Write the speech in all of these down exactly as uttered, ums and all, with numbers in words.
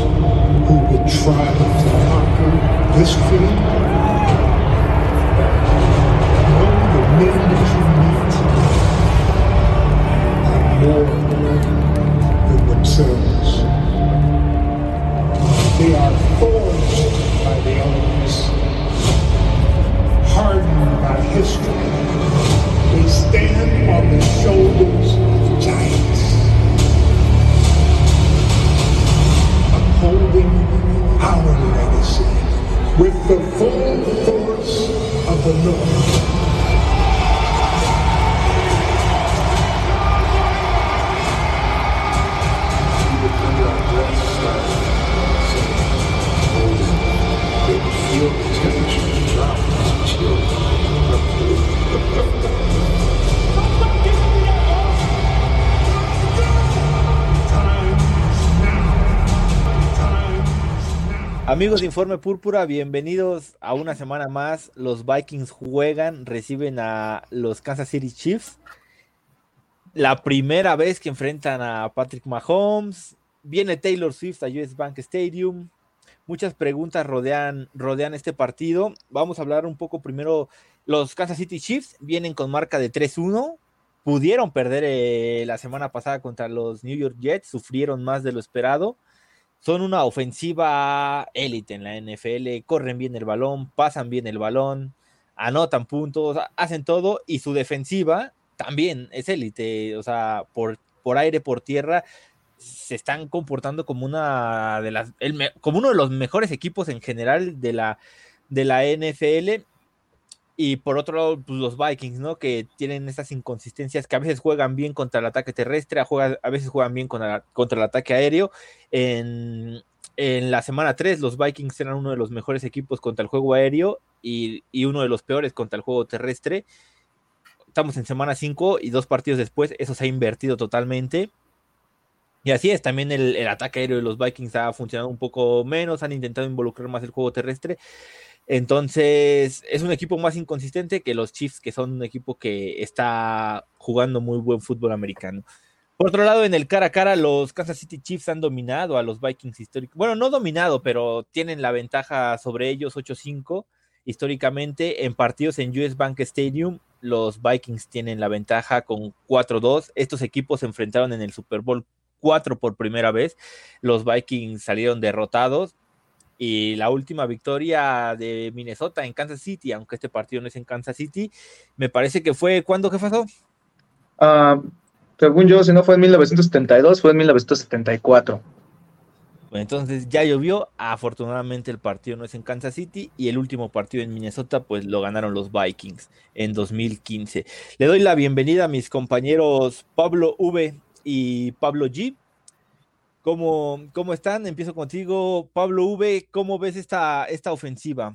who would try to conquer this field. Know the men that you meet are more than themselves. They are forged by the elements, hardened by history. They stand on the shoulders of giants, upholding our legacy with the full force of the North. Feel the temperature drop as chill. Amigos de Informe Púrpura, bienvenidos a una semana más. Los Vikings juegan, reciben a los Kansas City Chiefs. La primera vez que enfrentan a Patrick Mahomes. Viene Taylor Swift a U S Bank Stadium. Muchas preguntas rodean, rodean este partido. Vamos a hablar un poco primero. Los Kansas City Chiefs vienen con marca de tres uno. Pudieron perder eh, la semana pasada contra los New York Jets. Sufrieron más de lo esperado. Son una ofensiva élite en la N F L. Corren bien el balón, pasan bien el balón, anotan puntos, hacen todo. Y su defensiva también es élite. O sea, por, por aire, por tierra, se están comportando como una de las, el, como uno de los mejores equipos en general de la, de la N F L. Y por otro lado, pues los Vikings, ¿no? Que tienen estas inconsistencias, que a veces juegan bien contra el ataque terrestre, a, juega, a veces juegan bien contra, contra el ataque aéreo. En, en la semana tres, los Vikings eran uno de los mejores equipos contra el juego aéreo y, y uno de los peores contra el juego terrestre. Estamos en semana cinco y dos partidos después, eso se ha invertido totalmente. Y así es, también el, el ataque aéreo de los Vikings ha funcionado un poco menos, han intentado involucrar más el juego terrestre. Entonces, es un equipo más inconsistente que los Chiefs, que son un equipo que está jugando muy buen fútbol americano. Por otro lado, en el cara a cara, los Kansas City Chiefs han dominado a los Vikings históricos. Bueno, no dominado, pero tienen la ventaja sobre ellos ocho cinco. Históricamente, en partidos en U S Bank Stadium, los Vikings tienen la ventaja con cuatro dos. Estos equipos se enfrentaron en el Super Bowl cuatro por primera vez. Los Vikings salieron derrotados. Y la última victoria de Minnesota en Kansas City, aunque este partido no es en Kansas City, me parece que fue, ¿cuándo que pasó? Uh, según yo, si no fue en mil novecientos setenta y dos, fue en mil novecientos setenta y cuatro. Bueno, entonces ya llovió, afortunadamente el partido no es en Kansas City, y el último partido en Minnesota, pues lo ganaron los Vikings en dos mil quince. Le doy la bienvenida a mis compañeros Pablo V y Pablo G. ¿Cómo, ¿Cómo están? Empiezo contigo, Pablo V. ¿Cómo ves esta, esta ofensiva?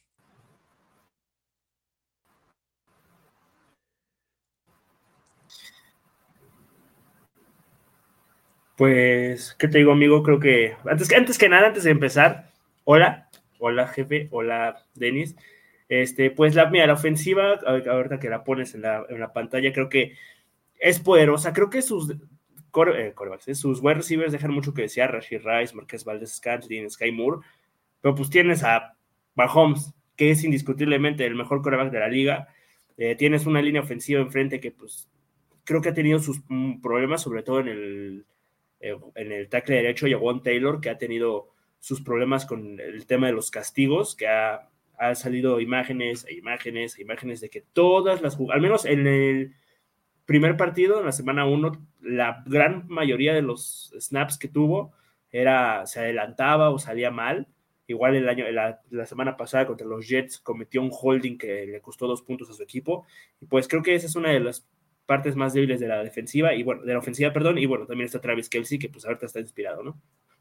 Pues, ¿qué te digo, amigo? Creo que antes, antes que nada, antes de empezar, hola, hola, jefe, hola, Denis. Este, pues la, mira, la ofensiva, ahorita que la pones en la, en la pantalla, creo que es poderosa. Creo que sus core, eh, corebacks, eh, sus wide receivers dejan mucho que desear. Rashee Rice, Marquez Valdez-Scantling, Sky Moore, pero pues tienes a Mahomes, que es indiscutiblemente el mejor coreback de la liga. Eh, tienes una línea ofensiva enfrente que pues creo que ha tenido sus mm, problemas, sobre todo en el eh, en el tackle derecho, Jawon Taylor, que ha tenido sus problemas con el tema de los castigos, que ha, ha salido imágenes e imágenes e imágenes de que todas las jugadas, al menos en el primer partido, en la semana uno, la gran mayoría de los snaps que tuvo era, se adelantaba o salía mal. Igual el año, la, la semana pasada contra los Jets cometió un holding que le costó dos puntos a su equipo, y pues creo que esa es una de las partes más débiles de la defensiva, y bueno, de la ofensiva, perdón, y bueno, también está Travis Kelce, que pues ahorita está inspirado, ¿no?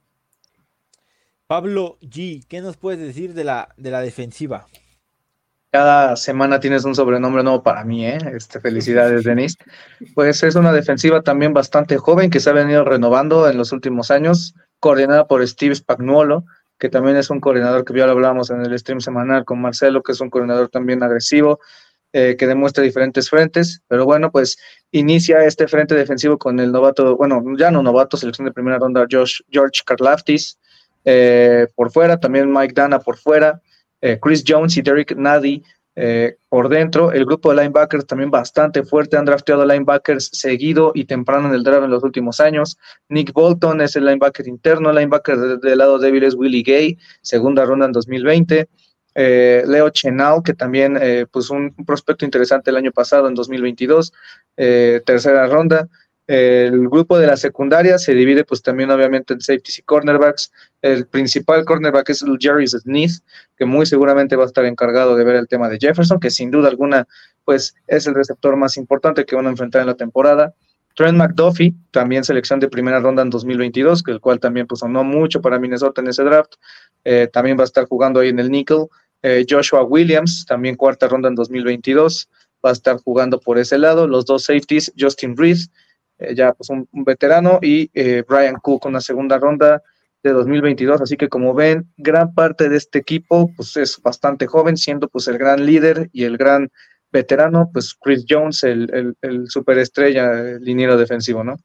Pablo G, ¿qué nos puedes decir de la, de la defensiva? Cada semana tienes un sobrenombre nuevo para mí, ¿eh? Este, felicidades, Denis. Pues es una defensiva también bastante joven que se ha venido renovando en los últimos años, coordinada por Steve Spagnuolo, que también es un coordinador que ya lo hablábamos en el stream semanal con Marcelo, que es un coordinador también agresivo, eh, que demuestra diferentes frentes, pero bueno, pues inicia este frente defensivo con el novato, bueno, ya no novato, selección de primera ronda, Josh, George Karlaftis, eh, por fuera, también Mike Dana por fuera, eh, Chris Jones y Derek Nady eh, por dentro. El grupo de linebackers también bastante fuerte, han drafteado linebackers seguido y temprano en el draft en los últimos años. Nick Bolton es el linebacker interno, el linebacker del de lado débil es Willie Gay, segunda ronda en dos mil veinte. Eh, Leo Chenal, que también eh, pues un, un prospecto interesante el año pasado en dos mil veintidós, eh, tercera ronda. El grupo de la secundaria se divide pues también obviamente en safeties y cornerbacks. El principal cornerback es Jerry Smith, que muy seguramente va a estar encargado de ver el tema de Jefferson, que sin duda alguna pues es el receptor más importante que van a enfrentar en la temporada. Trent McDuffie, también selección de primera ronda en dos mil veintidós, que el cual también pues sonó mucho para Minnesota en ese draft, eh, también va a estar jugando ahí en el nickel. eh, Joshua Williams, también cuarta ronda en dos mil veintidós, va a estar jugando por ese lado. Los dos safeties, Justin Reed, Eh, ya pues un, un veterano, y eh, Brian Cook, una segunda ronda de dos mil veintidós, así que como ven, gran parte de este equipo pues es bastante joven, siendo pues el gran líder y el gran veterano, pues Chris Jones, el, el, el superestrella, el liniero defensivo, ¿no?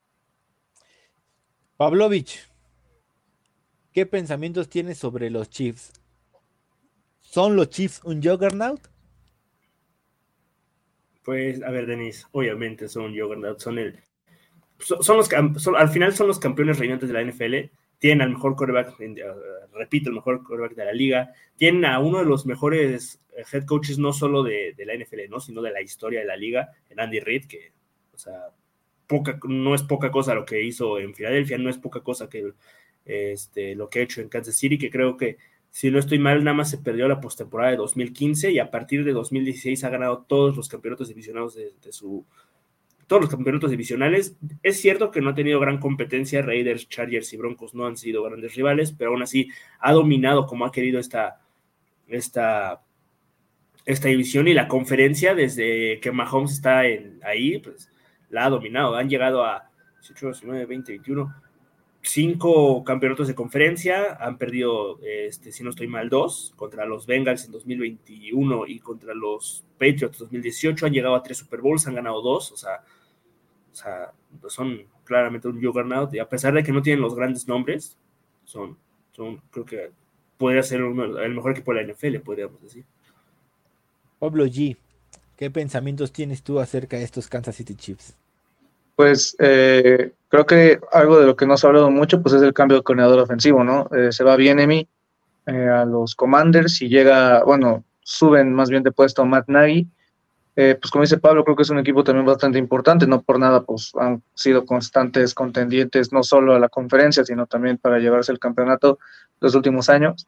Pavlovich, ¿qué pensamientos tienes sobre los Chiefs? ¿Son los Chiefs un juggernaut? Pues, a ver, Denis, obviamente son un juggernaut, son el, son, son los, son, al final son los campeones reinantes de la N F L, tienen al mejor quarterback, uh, repito, el mejor quarterback de la liga, tienen a uno de los mejores head coaches, no solo de, de la N F L, ¿no? Sino de la historia de la liga, en Andy Reid, que, o sea, poca, no es poca cosa lo que hizo en Filadelfia, no es poca cosa que este, lo que ha hecho en Kansas City, que creo que, si no estoy mal, nada más se perdió la postemporada de dos mil quince y a partir de dos mil dieciséis ha ganado todos los campeonatos divisionales de, de su todos los campeonatos divisionales. Es cierto que no ha tenido gran competencia, Raiders, Chargers y Broncos no han sido grandes rivales, pero aún así ha dominado como ha querido esta esta, esta división, y la conferencia desde que Mahomes está en, ahí, pues la ha dominado. Han llegado a dieciocho, diecinueve, veinte, veintiuno cinco campeonatos de conferencia, han perdido, este, si no estoy mal, dos, contra los Bengals en dos mil veintiuno y contra los Patriots en dos mil dieciocho, han llegado a tres Super Bowls, han ganado dos, o sea, o sea son claramente un juggernaut, y a pesar de que no tienen los grandes nombres, son, son creo que podría ser uno, el mejor equipo de la N F L, podríamos decir. Pablo G, ¿qué pensamientos tienes tú acerca de estos Kansas City Chiefs? Pues eh, creo que algo de lo que no se ha hablado mucho pues es el cambio de coordinador ofensivo, ¿no? Eh, se va Bieniemy eh, a los Commanders y llega, bueno, suben más bien de puesto a Matt Nagy. Eh, pues como dice Pablo, creo que es un equipo también bastante importante, no por nada pues han sido constantes contendientes no solo a la conferencia, sino también para llevarse el campeonato los últimos años.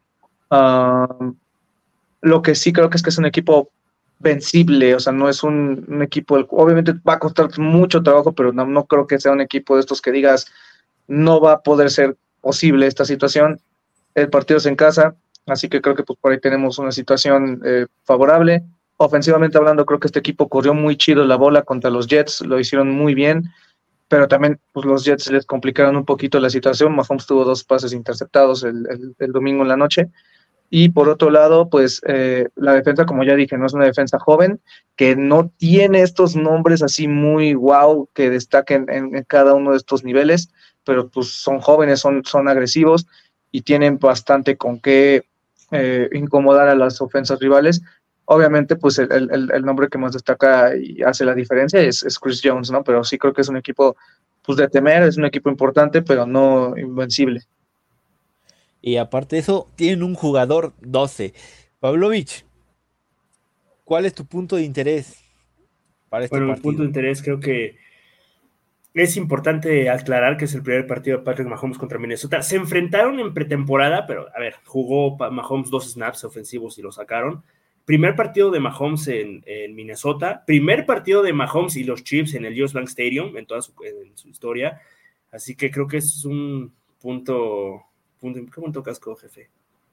Uh, lo que sí creo que es que es un equipo vencible, o sea, no es un, un equipo, obviamente va a costar mucho trabajo, pero no, no creo que sea un equipo de estos que digas, no va a poder ser posible esta situación. El partido es en casa, así que creo que pues por ahí tenemos una situación eh, favorable. Ofensivamente hablando, creo que este equipo corrió muy chido la bola contra los Jets, lo hicieron muy bien, pero también pues, los Jets les complicaron un poquito la situación. Mahomes tuvo dos pases interceptados el, el, el domingo en la noche. Y por otro lado, pues eh, la defensa, como ya dije, no es una defensa joven, que no tiene estos nombres así muy wow que destaquen en, en cada uno de estos niveles, pero pues son jóvenes, son, son agresivos y tienen bastante con qué eh, incomodar a las ofensas rivales. Obviamente, pues el, el, el nombre que más destaca y hace la diferencia es, es Chris Jones, ¿no? Pero sí creo que es un equipo pues de temer, es un equipo importante, pero no invencible. Y aparte de eso, tienen un jugador doce. Pavlovich, ¿cuál es tu punto de interés para este bueno, partido? Mi punto de interés creo que es importante aclarar que es el primer partido de Patrick Mahomes contra Minnesota. Se enfrentaron en pretemporada, pero a ver, jugó Mahomes dos snaps ofensivos y lo sacaron. Primer partido de Mahomes en, en Minnesota. Primer partido de Mahomes y los Chiefs en el U S Bank Stadium en toda su, en su historia. Así que creo que es un punto... Punto, ¿qué punto casco, jefe?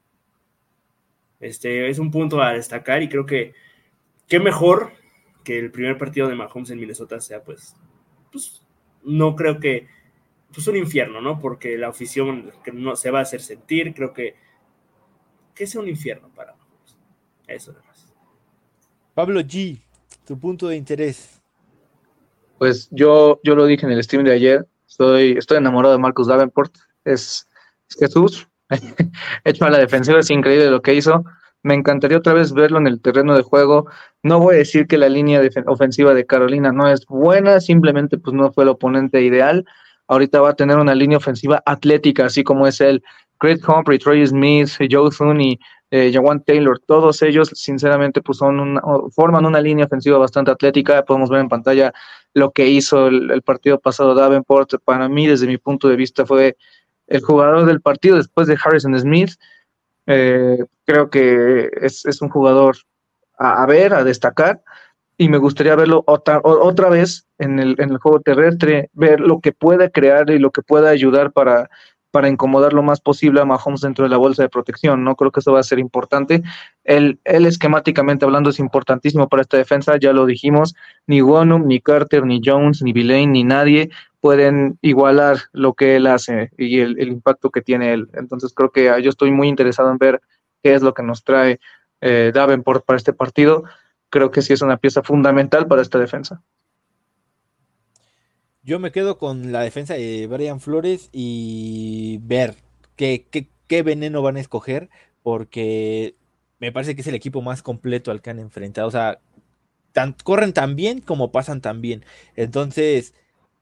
Este es un punto a destacar y creo que qué mejor que el primer partido de Mahomes en Minnesota sea pues, pues no creo que pues un infierno, ¿no? Porque la afición que no se va a hacer sentir, creo que que sea un infierno para Mahomes. Eso nada más. Pablo G, tu punto de interés. Pues yo, yo lo dije en el stream de ayer, estoy, estoy enamorado de Marcus Davenport, es Jesús, hecho a la defensiva, es increíble lo que hizo. Me encantaría otra vez verlo en el terreno de juego. No voy a decir que la línea def- ofensiva de Carolina no es buena, simplemente pues no fue el oponente ideal. Ahorita va a tener una línea ofensiva atlética, así como es el Craig Humphrey, Troy Smith, Joe Thuney, eh, Jawan Taylor. Todos ellos, sinceramente, pues son una, forman una línea ofensiva bastante atlética. Podemos ver en pantalla lo que hizo el, el partido pasado Davenport. Para mí, desde mi punto de vista, fue el jugador del partido después de Harrison Smith. Eh, creo que es, es un jugador a, a ver, a destacar, y me gustaría verlo otra, otra vez en el, en el juego terrestre, ver lo que puede crear y lo que pueda ayudar para, para incomodar lo más posible a Mahomes dentro de la bolsa de protección, ¿no? Creo que eso va a ser importante. Él, él esquemáticamente hablando es importantísimo para esta defensa, ya lo dijimos, ni Wonnum, ni Carter, ni Jones, ni Villain, ni nadie pueden igualar lo que él hace y el, el impacto que tiene él. Entonces creo que yo estoy muy interesado en ver qué es lo que nos trae eh, Davenport para este partido. Creo que sí es una pieza fundamental para esta defensa. Yo me quedo con la defensa de Brian Flores y ver qué, qué, qué veneno van a escoger, porque me parece que es el equipo más completo al que han enfrentado. O sea, tan, corren tan bien como pasan tan bien. Entonces,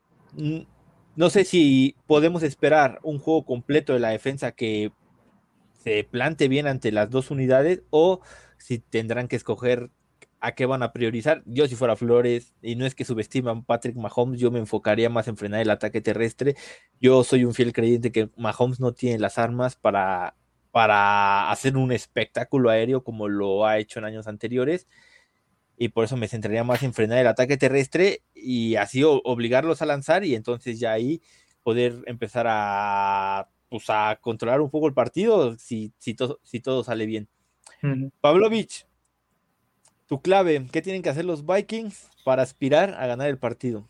no sé si podemos esperar un juego completo de la defensa que se plante bien ante las dos unidades, o si tendrán que escoger a qué van a priorizar. Yo, si fuera Flores, y no es que subestiman a Patrick Mahomes, yo me enfocaría más en frenar el ataque terrestre. Yo soy un fiel creyente que Mahomes no tiene las armas para, para hacer un espectáculo aéreo como lo ha hecho en años anteriores, y por eso me centraría más en frenar el ataque terrestre y así o, obligarlos a lanzar, y entonces ya ahí poder empezar a, pues, a controlar un poco el partido si, si, to, si todo sale bien. Uh-huh. Pavlovich, tu clave, ¿qué tienen que hacer los Vikings para aspirar a ganar el partido?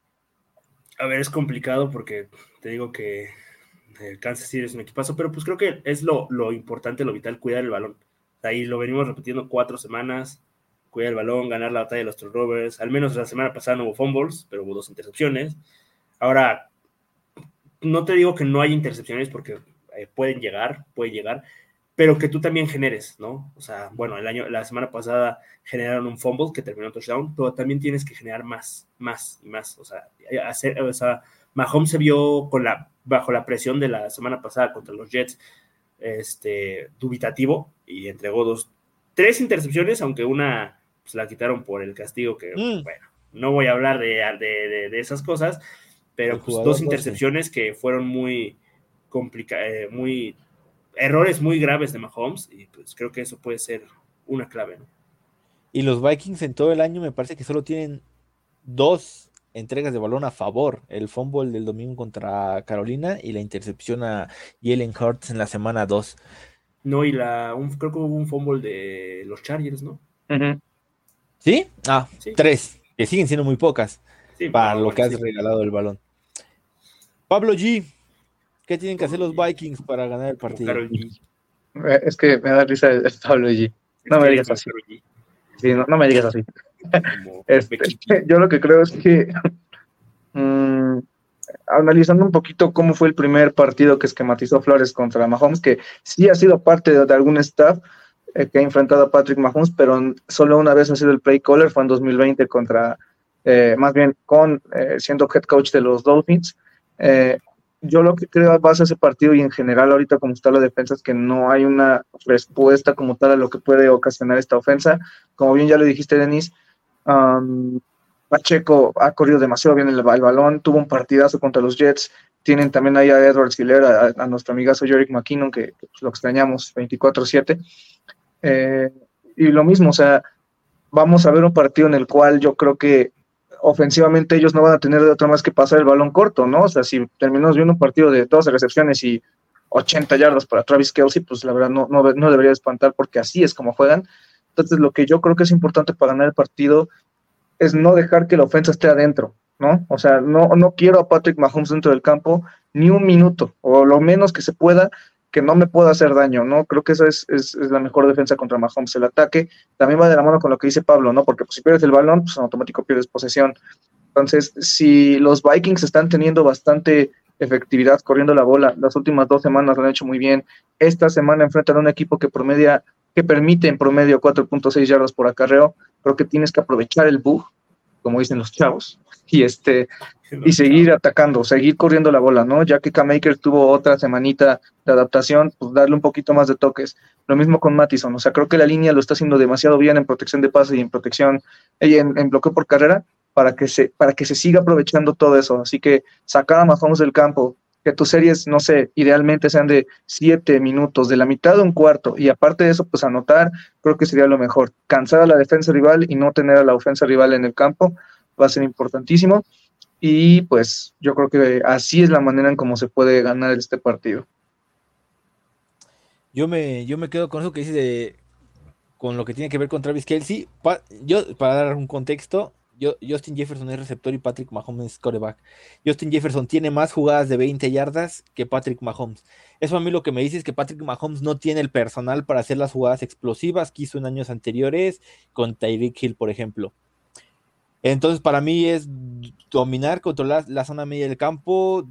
A ver, es complicado porque te digo que el Kansas City es un equipazo, pero pues creo que es lo, lo importante, lo vital, cuidar el balón. Ahí lo venimos repitiendo cuatro semanas, cuidar el balón, ganar la batalla de los turnovers. Al menos la semana pasada no hubo fumbles, pero hubo dos intercepciones. Ahora, no te digo que no hay intercepciones porque eh, pueden llegar, puede llegar, pero que tú también generes, ¿no? O sea, bueno, el año, la semana pasada generaron un fumble que terminó en touchdown, pero también tienes que generar más, más y más. O sea, hacer, o sea Mahomes se vio con la, bajo la presión de la semana pasada contra los Jets, este, dubitativo, y entregó dos, tres intercepciones, aunque una pues, la quitaron por el castigo, que, mm. bueno, no voy a hablar de, de, de, de esas cosas, pero pues, dos intercepciones que fueron muy complicadas, eh, muy... errores muy graves de Mahomes, y pues creo que eso puede ser una clave, ¿no? Y los Vikings en todo el año me parece que solo tienen dos entregas de balón a favor, el fumble del domingo contra Carolina y la intercepción a Jalen Hurts en la semana dos. No, y la un, creo que hubo un fumble de los Chargers, ¿no? Uh-huh. ¿Sí? Ah, sí. Tres, que siguen siendo muy pocas sí, para no, lo bueno, que has sí. regalado el balón. Pablo G, ¿qué tienen que hacer los Vikings para ganar el partido? Es que me da risa el Pablo G. No me digas así. Sí, no, no me digas así. Este, yo lo que creo es que mmm, analizando un poquito cómo fue el primer partido que esquematizó Flores contra Mahomes, que sí ha sido parte de, de algún staff eh, que ha enfrentado a Patrick Mahomes, pero solo una vez ha sido el play caller, fue en dos mil veinte contra, eh, más bien con, eh, siendo head coach de los Dolphins. Eh, Yo lo que creo a base de ese partido y en general ahorita como está la defensa es que no hay una respuesta como tal a lo que puede ocasionar esta ofensa. Como bien ya lo dijiste, Denis, um, Pacheco ha corrido demasiado bien el, el balón, tuvo un partidazo contra los Jets. Tienen también ahí a Edwards Hiller, a, a nuestro amigazo Jerick McKinnon, que, que pues, lo extrañamos veinticuatro siete. Eh, y lo mismo, o sea, vamos a ver un partido en el cual yo creo que ofensivamente ellos no van a tener de otra más que pasar el balón corto, ¿no? O sea, si terminamos viendo un partido de doce recepciones y ochenta yardas para Travis Kelce, pues la verdad no, no, no debería espantar porque así es como juegan. Entonces lo que yo creo que es importante para ganar el partido es no dejar que la ofensa esté adentro, ¿no? O sea, no, no quiero a Patrick Mahomes dentro del campo ni un minuto, o lo menos que se pueda, que no me pueda hacer daño, ¿no? Creo que esa es, es, es la mejor defensa contra Mahomes. El ataque también va de la mano con lo que dice Pablo, ¿no? Porque pues, si pierdes el balón, pues en automático pierdes posesión. Entonces, si los Vikings están teniendo bastante efectividad corriendo la bola. Las últimas dos semanas lo han hecho muy bien. Esta semana enfrentan a un equipo que promedia, que permite en promedio cuatro punto seis yardas por acarreo. Creo que tienes que aprovechar el bug, como dicen los chavos, y este y seguir atacando, seguir corriendo la bola, ¿no? Ya que K-Maker tuvo otra semanita de adaptación, pues darle un poquito más de toques. Lo mismo con Mattison, o sea, creo que la línea lo está haciendo demasiado bien en protección de pase y en protección, y en, en bloqueo por carrera, para que se para que se siga aprovechando todo eso. Así que sacar a Mahomes del campo, que tus series, no sé, idealmente sean de siete minutos, de la mitad a un cuarto, y aparte de eso, pues anotar, creo que sería lo mejor. Cansar a la defensa rival y no tener a la ofensa rival en el campo va a ser importantísimo, y pues yo creo que así es la manera en cómo se puede ganar este partido. Yo me, yo me quedo con eso que dices de, con lo que tiene que ver con Travis Kelce. Pa, yo, para dar un contexto, yo, Justin Jefferson es receptor y Patrick Mahomes es quarterback. Justin Jefferson tiene más jugadas de veinte yardas que Patrick Mahomes. Eso a mí lo que me dice es que Patrick Mahomes no tiene el personal para hacer las jugadas explosivas que hizo en años anteriores con Tyreek Hill, por ejemplo. Entonces, para mí es dominar, controlar la zona media del campo,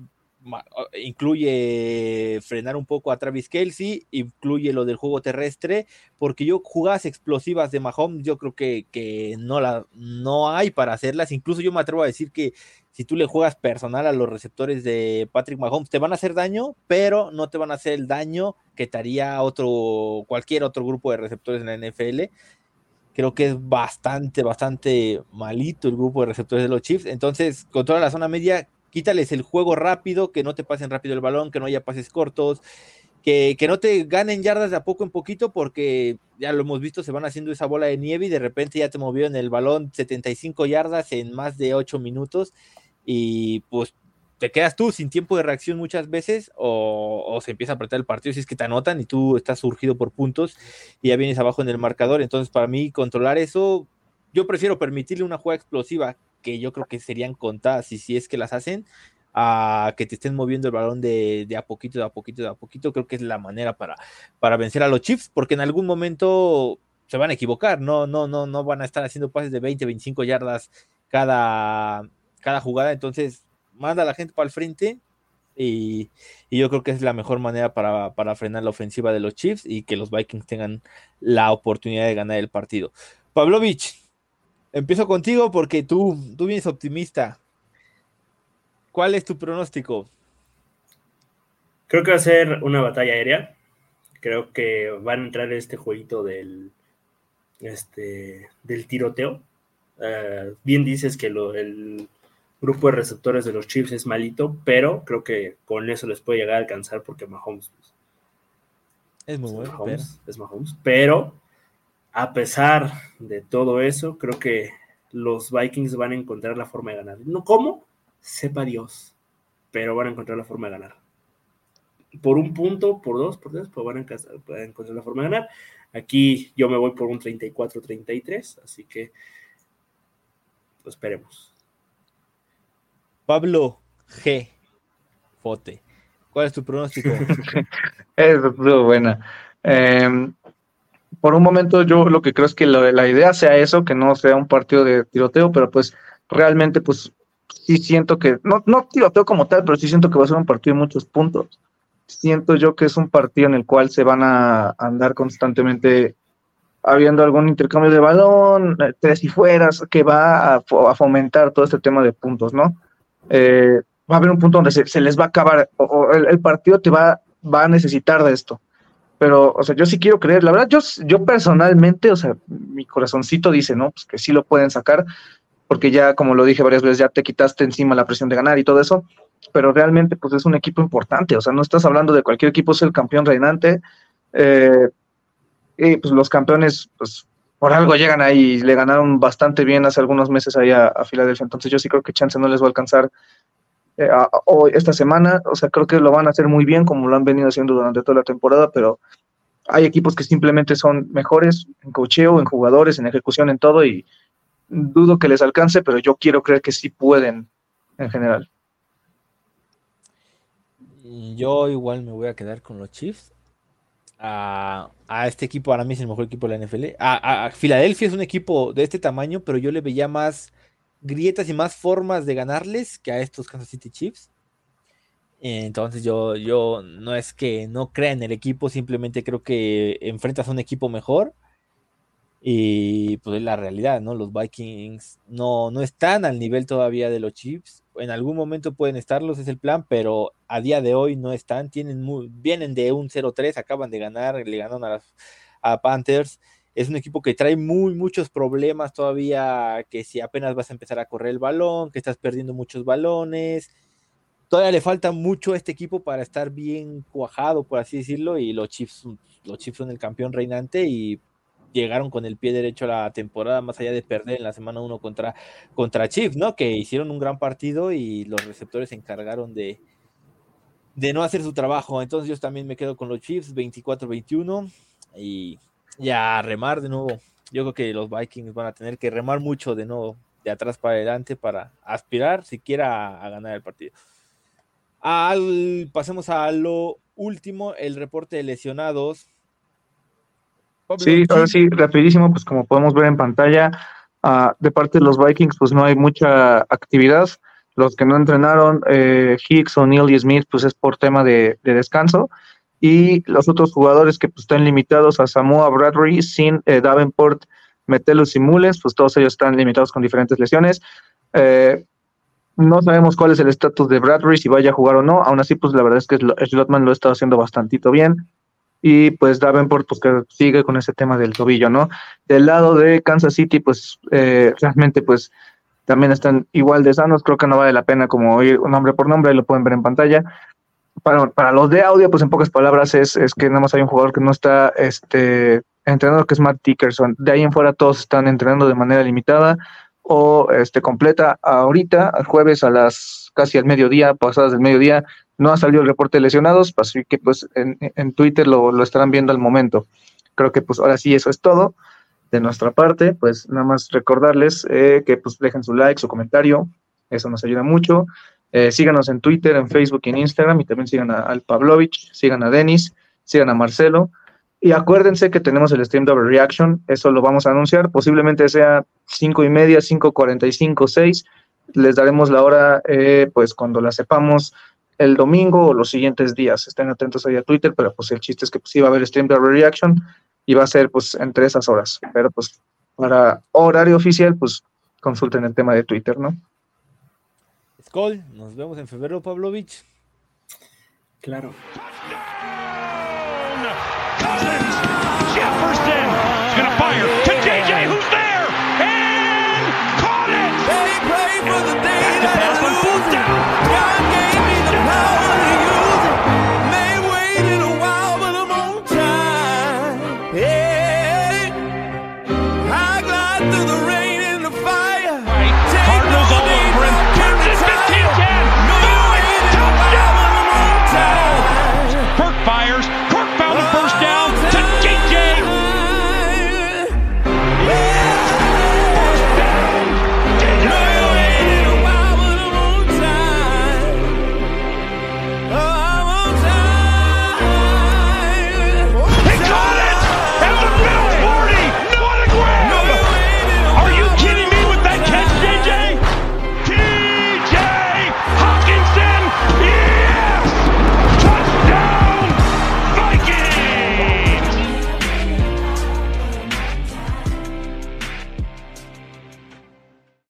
incluye frenar un poco a Travis Kelce, incluye lo del juego terrestre, porque yo jugadas explosivas de Mahomes, yo creo que, que no, la, no hay para hacerlas. Incluso yo me atrevo a decir que si tú le juegas personal a los receptores de Patrick Mahomes, te van a hacer daño, pero no te van a hacer el daño que te haría otro, cualquier otro grupo de receptores en la N F L. Creo que es bastante, bastante malito el grupo de receptores de los Chiefs. Entonces, controla la zona media, quítales el juego rápido, que no te pasen rápido el balón, que no haya pases cortos, que, que no te ganen yardas de a poco en poquito, porque ya lo hemos visto, se van haciendo esa bola de nieve y de repente ya te movieron el balón setenta y cinco yardas en más de ocho minutos y pues te quedas tú sin tiempo de reacción muchas veces, o, o se empieza a apretar el partido si es que te anotan y tú estás surgido por puntos y ya vienes abajo en el marcador. Entonces, para mí, controlar eso, yo prefiero permitirle una jugada explosiva, que yo creo que serían contadas, y si es que las hacen, a que te estén moviendo el balón de, de a poquito, de a poquito, de a poquito. Creo que es la manera para, para vencer a los Chiefs, porque en algún momento se van a equivocar, no, no, no, no van a estar haciendo pases de veinte, veinticinco yardas cada, cada jugada. Entonces, manda a la gente para el frente y, y yo creo que es la mejor manera para, para frenar la ofensiva de los Chiefs y que los Vikings tengan la oportunidad de ganar el partido. Pavlovich, empiezo contigo porque tú, tú vienes optimista. ¿Cuál es tu pronóstico? Creo que va a ser una batalla aérea. Creo que van a entrar en este jueguito del, este, del tiroteo. Uh, bien dices que lo, el grupo de receptores de los Chiefs es malito, pero creo que con eso les puede llegar a alcanzar porque Mahomes pues, es muy bueno, Mahomes, pero... es Mahomes, pero a pesar de todo eso, creo que los Vikings van a encontrar la forma de ganar. ¿No cómo? Sepa Dios, pero van a encontrar la forma de ganar. Por un punto, por dos, por tres, pues van a encontrar la forma de ganar. Aquí yo me voy por un treinta y cuatro treinta y tres, así que pues, esperemos. Pablo G. Fote, ¿cuál es tu pronóstico? Es muy buena. Eh, por un momento yo lo que creo es que lo, la idea sea eso, que no sea un partido de tiroteo, pero pues realmente pues sí siento que, no, no tiroteo como tal, pero sí siento que va a ser un partido de muchos puntos. Siento yo que es un partido en el cual se van a andar constantemente habiendo algún intercambio de balón, tres y fueras, que va a, a fomentar todo este tema de puntos, ¿no? Eh, va a haber un punto donde se, se les va a acabar, o, o el, el partido te va, va a necesitar de esto. Pero, o sea, yo sí quiero creer, la verdad, yo, yo personalmente, o sea, mi corazoncito dice, ¿no? Pues que sí lo pueden sacar, porque ya, como lo dije varias veces, ya te quitaste encima la presión de ganar y todo eso, pero realmente, pues es un equipo importante, o sea, no estás hablando de cualquier equipo, es el campeón reinante, eh, y pues los campeones, pues, por algo llegan ahí, y le ganaron bastante bien hace algunos meses ahí a, a Filadelfia, entonces yo sí creo que chance no les va a alcanzar eh, a, a, hoy, esta semana, o sea, creo que lo van a hacer muy bien, como lo han venido haciendo durante toda la temporada, pero hay equipos que simplemente son mejores en coacheo, en jugadores, en ejecución, en todo, y dudo que les alcance, pero yo quiero creer que sí pueden en general. Yo igual me voy a quedar con los Chiefs. A, a este equipo para mí es el mejor equipo de la N F L. A, a, a Filadelfia es un equipo de este tamaño, pero yo le veía más grietas y más formas de ganarles que a estos Kansas City Chiefs. Entonces yo, yo no es que no crea en el equipo, simplemente creo que enfrentas a un equipo mejor y pues es la realidad, ¿no? Los Vikings no, no están al nivel todavía de los Chiefs. En algún momento pueden estarlos, es el plan, pero a día de hoy no están. Tienen muy, vienen de un cero tres, acaban de ganar, le ganaron a, las, a Panthers. Es un equipo que trae muy, muchos problemas todavía, que si apenas vas a empezar a correr el balón, que estás perdiendo muchos balones. Todavía le falta mucho a este equipo para estar bien cuajado, por así decirlo, y los Chiefs, los Chiefs son el campeón reinante y llegaron con el pie derecho a la temporada, más allá de perder en la semana uno contra, contra Chiefs, ¿no? Que hicieron un gran partido y los receptores se encargaron de, de no hacer su trabajo. Entonces yo también me quedo con los Chiefs, veinticuatro veintiuno, y ya remar de nuevo. Yo creo que los Vikings van a tener que remar mucho de nuevo, de atrás para adelante, para aspirar siquiera a, a ganar el partido. Al, pasemos a lo último, el reporte de lesionados. Pablo, sí, ahora sí, rapidísimo, pues como podemos ver en pantalla, uh, de parte de los Vikings, pues no hay mucha actividad. Los que no entrenaron, eh, Hicks, O'Neal y Smith, pues es por tema de, de descanso. Y los otros jugadores que pues, están limitados a Samoa Bradbury, Sin, eh, Davenport, Metellus y Mules, pues todos ellos están limitados con diferentes lesiones. Eh, no sabemos cuál es el estatus de Bradbury, si vaya a jugar o no. Aún así, pues la verdad es que Slotman lo ha estado haciendo bastantito bien. Y pues Davenport, pues que sigue con ese tema del tobillo, ¿no? Del lado de Kansas City, pues eh, realmente, pues también están igual de sanos. Creo que no vale la pena como oír nombre por nombre, lo pueden ver en pantalla. Para, para los de audio, pues en pocas palabras es, es que nada más hay un jugador que no está este, entrenando, que es Matt Dickerson. De ahí en fuera todos están entrenando de manera limitada o este, completa. Ahorita, el jueves a las casi al mediodía, pasadas del mediodía, no ha salido el reporte de lesionados, así que pues en, en Twitter lo, lo estarán viendo al momento. Creo que pues ahora sí eso es todo de nuestra parte. Pues nada más recordarles eh, que pues dejen su like, su comentario, eso nos ayuda mucho. Eh, síganos en Twitter, en Facebook y en Instagram, y también sigan a, al Pavlovich, sigan a Denis, sigan a Marcelo, y acuérdense que tenemos el Stream Double Reaction, eso lo vamos a anunciar, posiblemente sea cinco y media, cinco cuarenta y cinco, seis, les daremos la hora eh, pues cuando la sepamos el domingo o los siguientes días. Estén atentos ahí a Twitter, pero pues el chiste es que pues, sí va a haber Stream Double Reaction, y va a ser pues entre esas horas, pero pues para horario oficial, pues consulten el tema de Twitter, ¿no? Skol, nos vemos en febrero, Pavlovich. Claro.